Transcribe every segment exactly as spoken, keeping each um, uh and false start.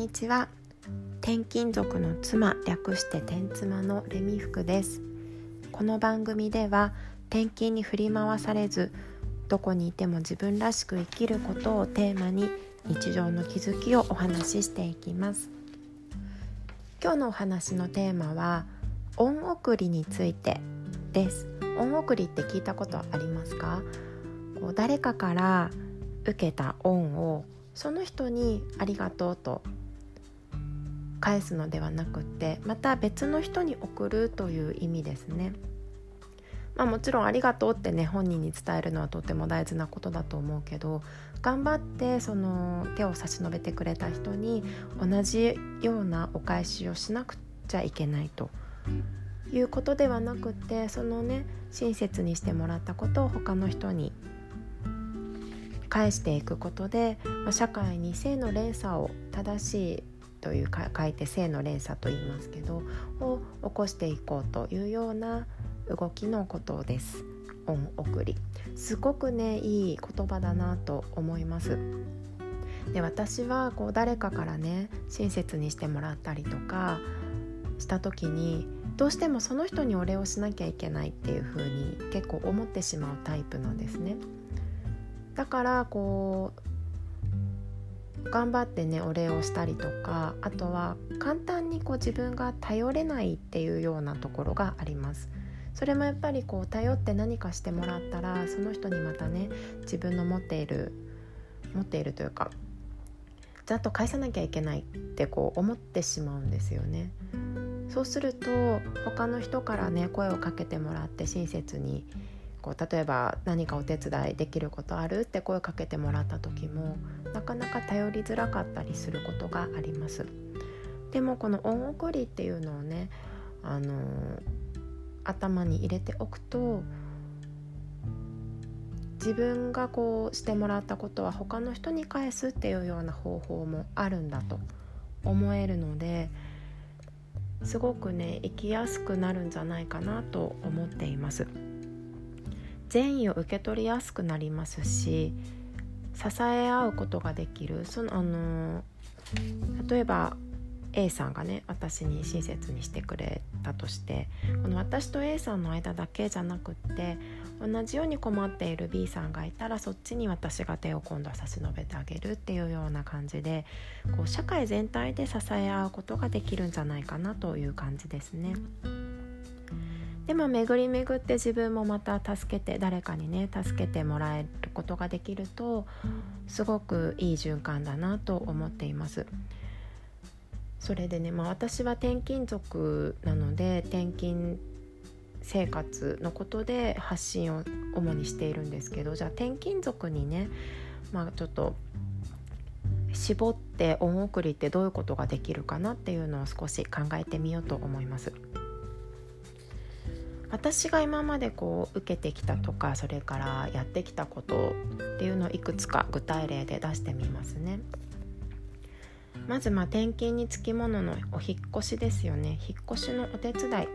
にちは。転勤族の妻、略して転妻のレミフクです。この番組では転勤に振り回されず、どこにいても自分らしく生きることをテーマに日常の気づきをお話ししていきます。今日のお話のテーマは恩送りについてです。恩送りって聞いたことありますか？こう誰かから受けた恩をその人にありがとうと返すのではなくって、また別の人に送るという意味ですね。まあ、もちろんありがとうってね、本人に伝えるのはとても大事なことだと思うけど、頑張ってその手を差し伸べてくれた人に同じようなお返しをしなくちゃいけないということではなくて、そのね、親切にしてもらったことを他の人に返していくことで、まあ、社会に正の連鎖を、正しいというか書いて正の連鎖と言いますけど、を起こしていこうというような動きのことです。恩送り、すごくね、いい言葉だなと思います。で、私はこう誰かからね、親切にしてもらったりとかした時に、どうしてもその人にお礼をしなきゃいけないっていう風に結構思ってしまうタイプなんですね。だからこう頑張ってね、お礼をしたりとか、あとは簡単にこう自分が頼れないっていうようなところがあります。それもやっぱりこう頼って何かしてもらったら、その人にまたね、自分の持っている持っているというか、ちゃんと返さなきゃいけないってこう思ってしまうんですよね。そうすると他の人からね、声をかけてもらって親切にこう、例えば何かお手伝いできることあるって声をかけてもらった時も、なかなか頼りづらかったりすることがあります。でもこの恩送りっていうのをね、あの頭に入れておくと、自分がこうしてもらったことは他の人に返すっていうような方法もあるんだと思えるので、すごくね、生きやすくなるんじゃないかなと思っています。善意を受け取りやすくなりますし、支え合うことができる。そのあの例えば A さんがね、私に親切にしてくれたとして、この私と A さんの間だけじゃなくって、同じように困っている B さんがいたら、そっちに私が手を今度は差し伸べてあげるっていうような感じで、こう社会全体で支え合うことができるんじゃないかなという感じですね。でも巡り巡って自分もまた助けて、誰かにね、助けてもらえることができると、すごくいい循環だなと思っています。それでね、まあ、私は転勤族なので、転勤生活のことで発信を主にしているんですけど、じゃあ転勤族にね、まあ、ちょっと絞って恩送りってどういうことができるかなっていうのを少し考えてみようと思います。私が今までこう受けてきたとか、それからやってきたことっていうのをいくつか具体例で出してみますね。まず、まあ転勤につきもののお引っ越しですよね。引っ越しのお手伝い、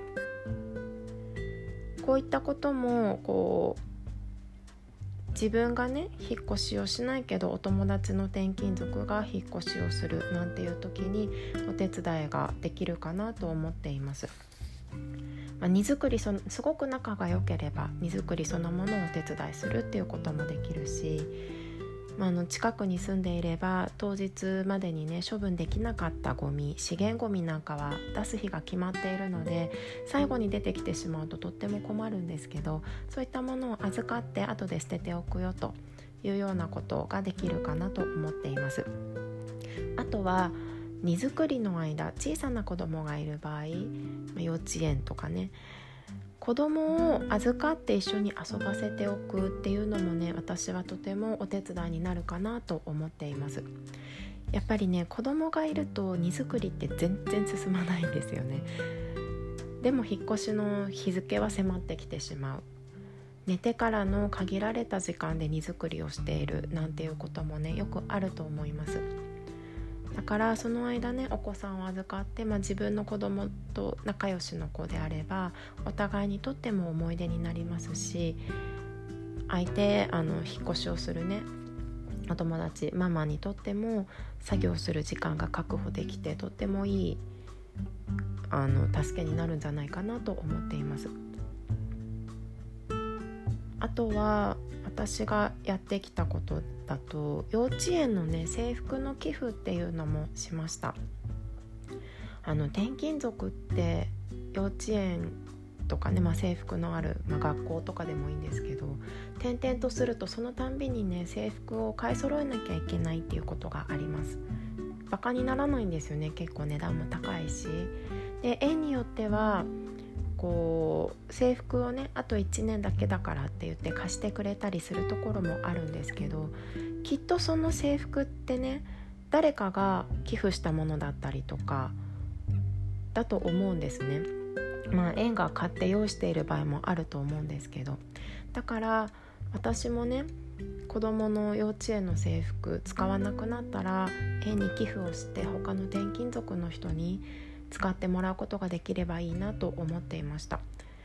こういったこともこう自分がね、引っ越しをしないけどお友達の転勤族が引っ越しをするなんていう時にお手伝いができるかなと思っています。まあ、荷造り、そすごく仲が良ければ荷造りそのものをお手伝いするっていうこともできるし、まあ、あの近くに住んでいれば当日までにね、処分できなかったゴミ、資源ゴミなんかは出す日が決まっているので、最後に出てきてしまうととっても困るんですけど、そういったものを預かって後で捨てておくよというようなことができるかなと思っています。あとは荷造りの間、小さな子供がいる場合、幼稚園とかね、子供を預かって一緒に遊ばせておくっていうのもね、私はとてもお手伝いになるかなと思っています。やっぱりね、子供がいると荷造りって全然進まないんですよね。でも引っ越しの日付は迫ってきてしまう。寝てからの限られた時間で荷造りをしているなんていうこともね、よくあると思います。だからその間ね、お子さんを預かって、まあ、自分の子供と仲良しの子であればお互いにとっても思い出になりますし、相手あの引っ越しをするね、 お友達ママにとっても作業する時間が確保できて、とってもいいあの助けになるんじゃないかなと思っています。あとは私がやってきたことだと、幼稚園のね制服の寄付っていうのもしました。あの転勤族って幼稚園とかね、まあ、制服のある、まあ、学校とかでもいいんですけど、転々とするとそのたんびにね制服を買い揃えなきゃいけないっていうことがあります。バカにならないんですよね。結構値段も高いし、で園によってはこう制服をねあといちねんだけだからって言って貸してくれたりするところもあるんですけど、きっとその制服ってね誰かが寄付したものだったりとかだと思うんですね。まあ園が買って用意している場合もあると思うんですけど、だから私もね子どもの幼稚園の制服使わなくなったら園に寄付をして他の転勤族の人に使ってもらうことができればいいなと思っていました。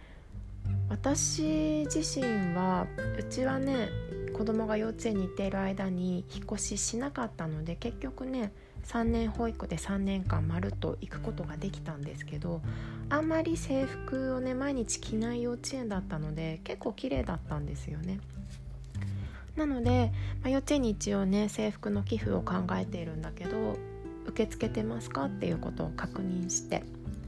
私自身はうちはね子供が幼稚園に行っている間に引っ越ししなかったので、結局ねさんねん保育でさんねんかんまるっと行くことができたんですけど、あんまり制服をね毎日着ない幼稚園だったので結構綺麗だったんですよね。なので、まあ、幼稚園に一応ね制服の寄付を考えているんだけど、受け付けてますかっていうことを確認して、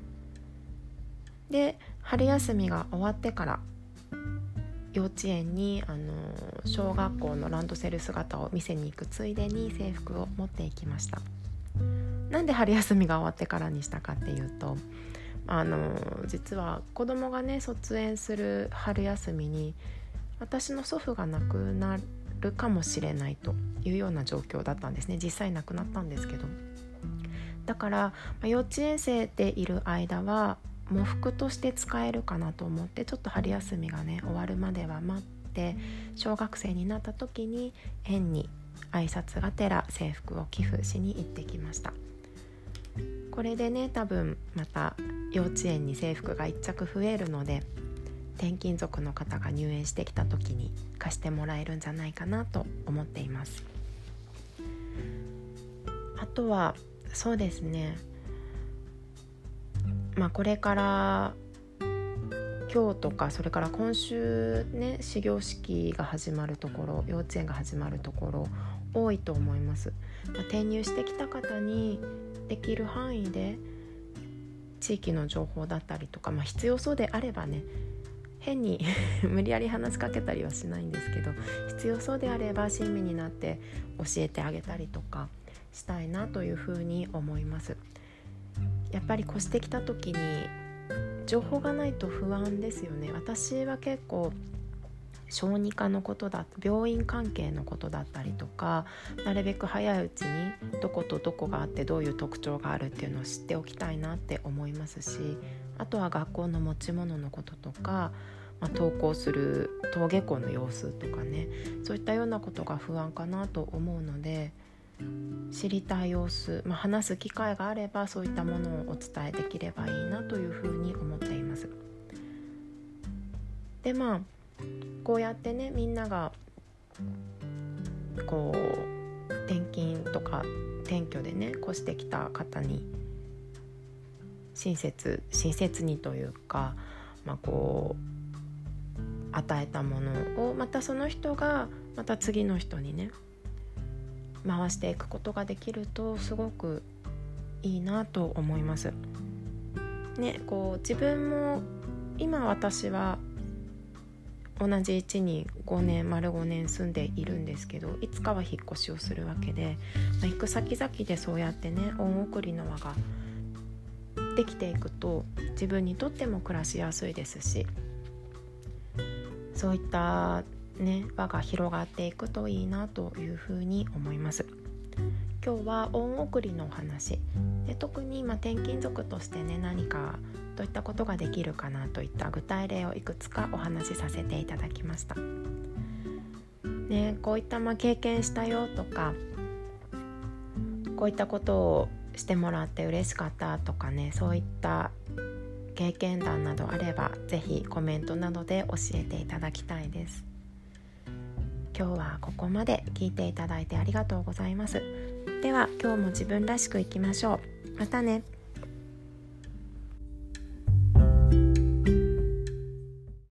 で春休みが終わってから幼稚園にあの小学校のランドセル姿を見せに行くついでに制服を持っていきました。なんで春休みが終わってからにしたかっていうと、あの実は子供がね卒園する春休みに私の祖父が亡くなるかもしれないというような状況だったんですね。実際亡くなったんですけど、だから、まあ、幼稚園生でいる間は喪服として使えるかなと思って、ちょっと春休みがね終わるまでは待って、小学生になった時に園に挨拶がてら制服を寄付しに行ってきました。これでね多分また幼稚園に制服がいっ着増えるので、転勤族の方が入園してきた時に貸してもらえるんじゃないかなと思っています。あとはそうですね、まあこれから今日とかそれから今週ね始業式が始まるところ、幼稚園が始まるところ多いと思います。まあ、転入してきた方にできる範囲で地域の情報だったりとか、まあ、必要そうであればね変に無理やり話しかけたりはしないんですけど、必要そうであれば親身になって教えてあげたりとかしたいなというふうに思います。やっぱり越してきた時に情報がないと不安ですよね。私は結構小児科のことだ病院関係のことだったりとか、なるべく早いうちにどことどこがあってどういう特徴があるっていうのを知っておきたいなって思いますし、あとは学校の持ち物のこととか、まあ、登校する登下校の様子とかね、そういったようなことが不安かなと思うので、知りたい様子、まあ、話す機会があればそういったものをお伝えできればいいなというふうに思っています。でまあこうやってねみんながこう転勤とか転居でね越してきた方に親切親切にというか、まあ、こう与えたものをまたその人がまた次の人にね回していくことができるとすごくいいなと思います。ね、こう自分も今私は同じ位置にごねん丸ごねん住んでいるんですけど、いつかは引っ越しをするわけで、まあ、行く先々でそうやってね恩送りの輪ができていくと自分にとっても暮らしやすいですし、そういったね輪が広がっていくといいなというふうに思います。今日は恩送りのお話で、特にまあ転勤族としてね何かどういったことができるかなといった具体例をいくつかお話しさせていただきました。ね、こういったまあ経験したよとか、こういったことをしてもらって嬉しかったとかね、そういった経験談などあればぜひコメントなどで教えていただきたいです。 今日はここまで聞いていただいてありがとうございます。では今日も自分らしくいきましょう。またね。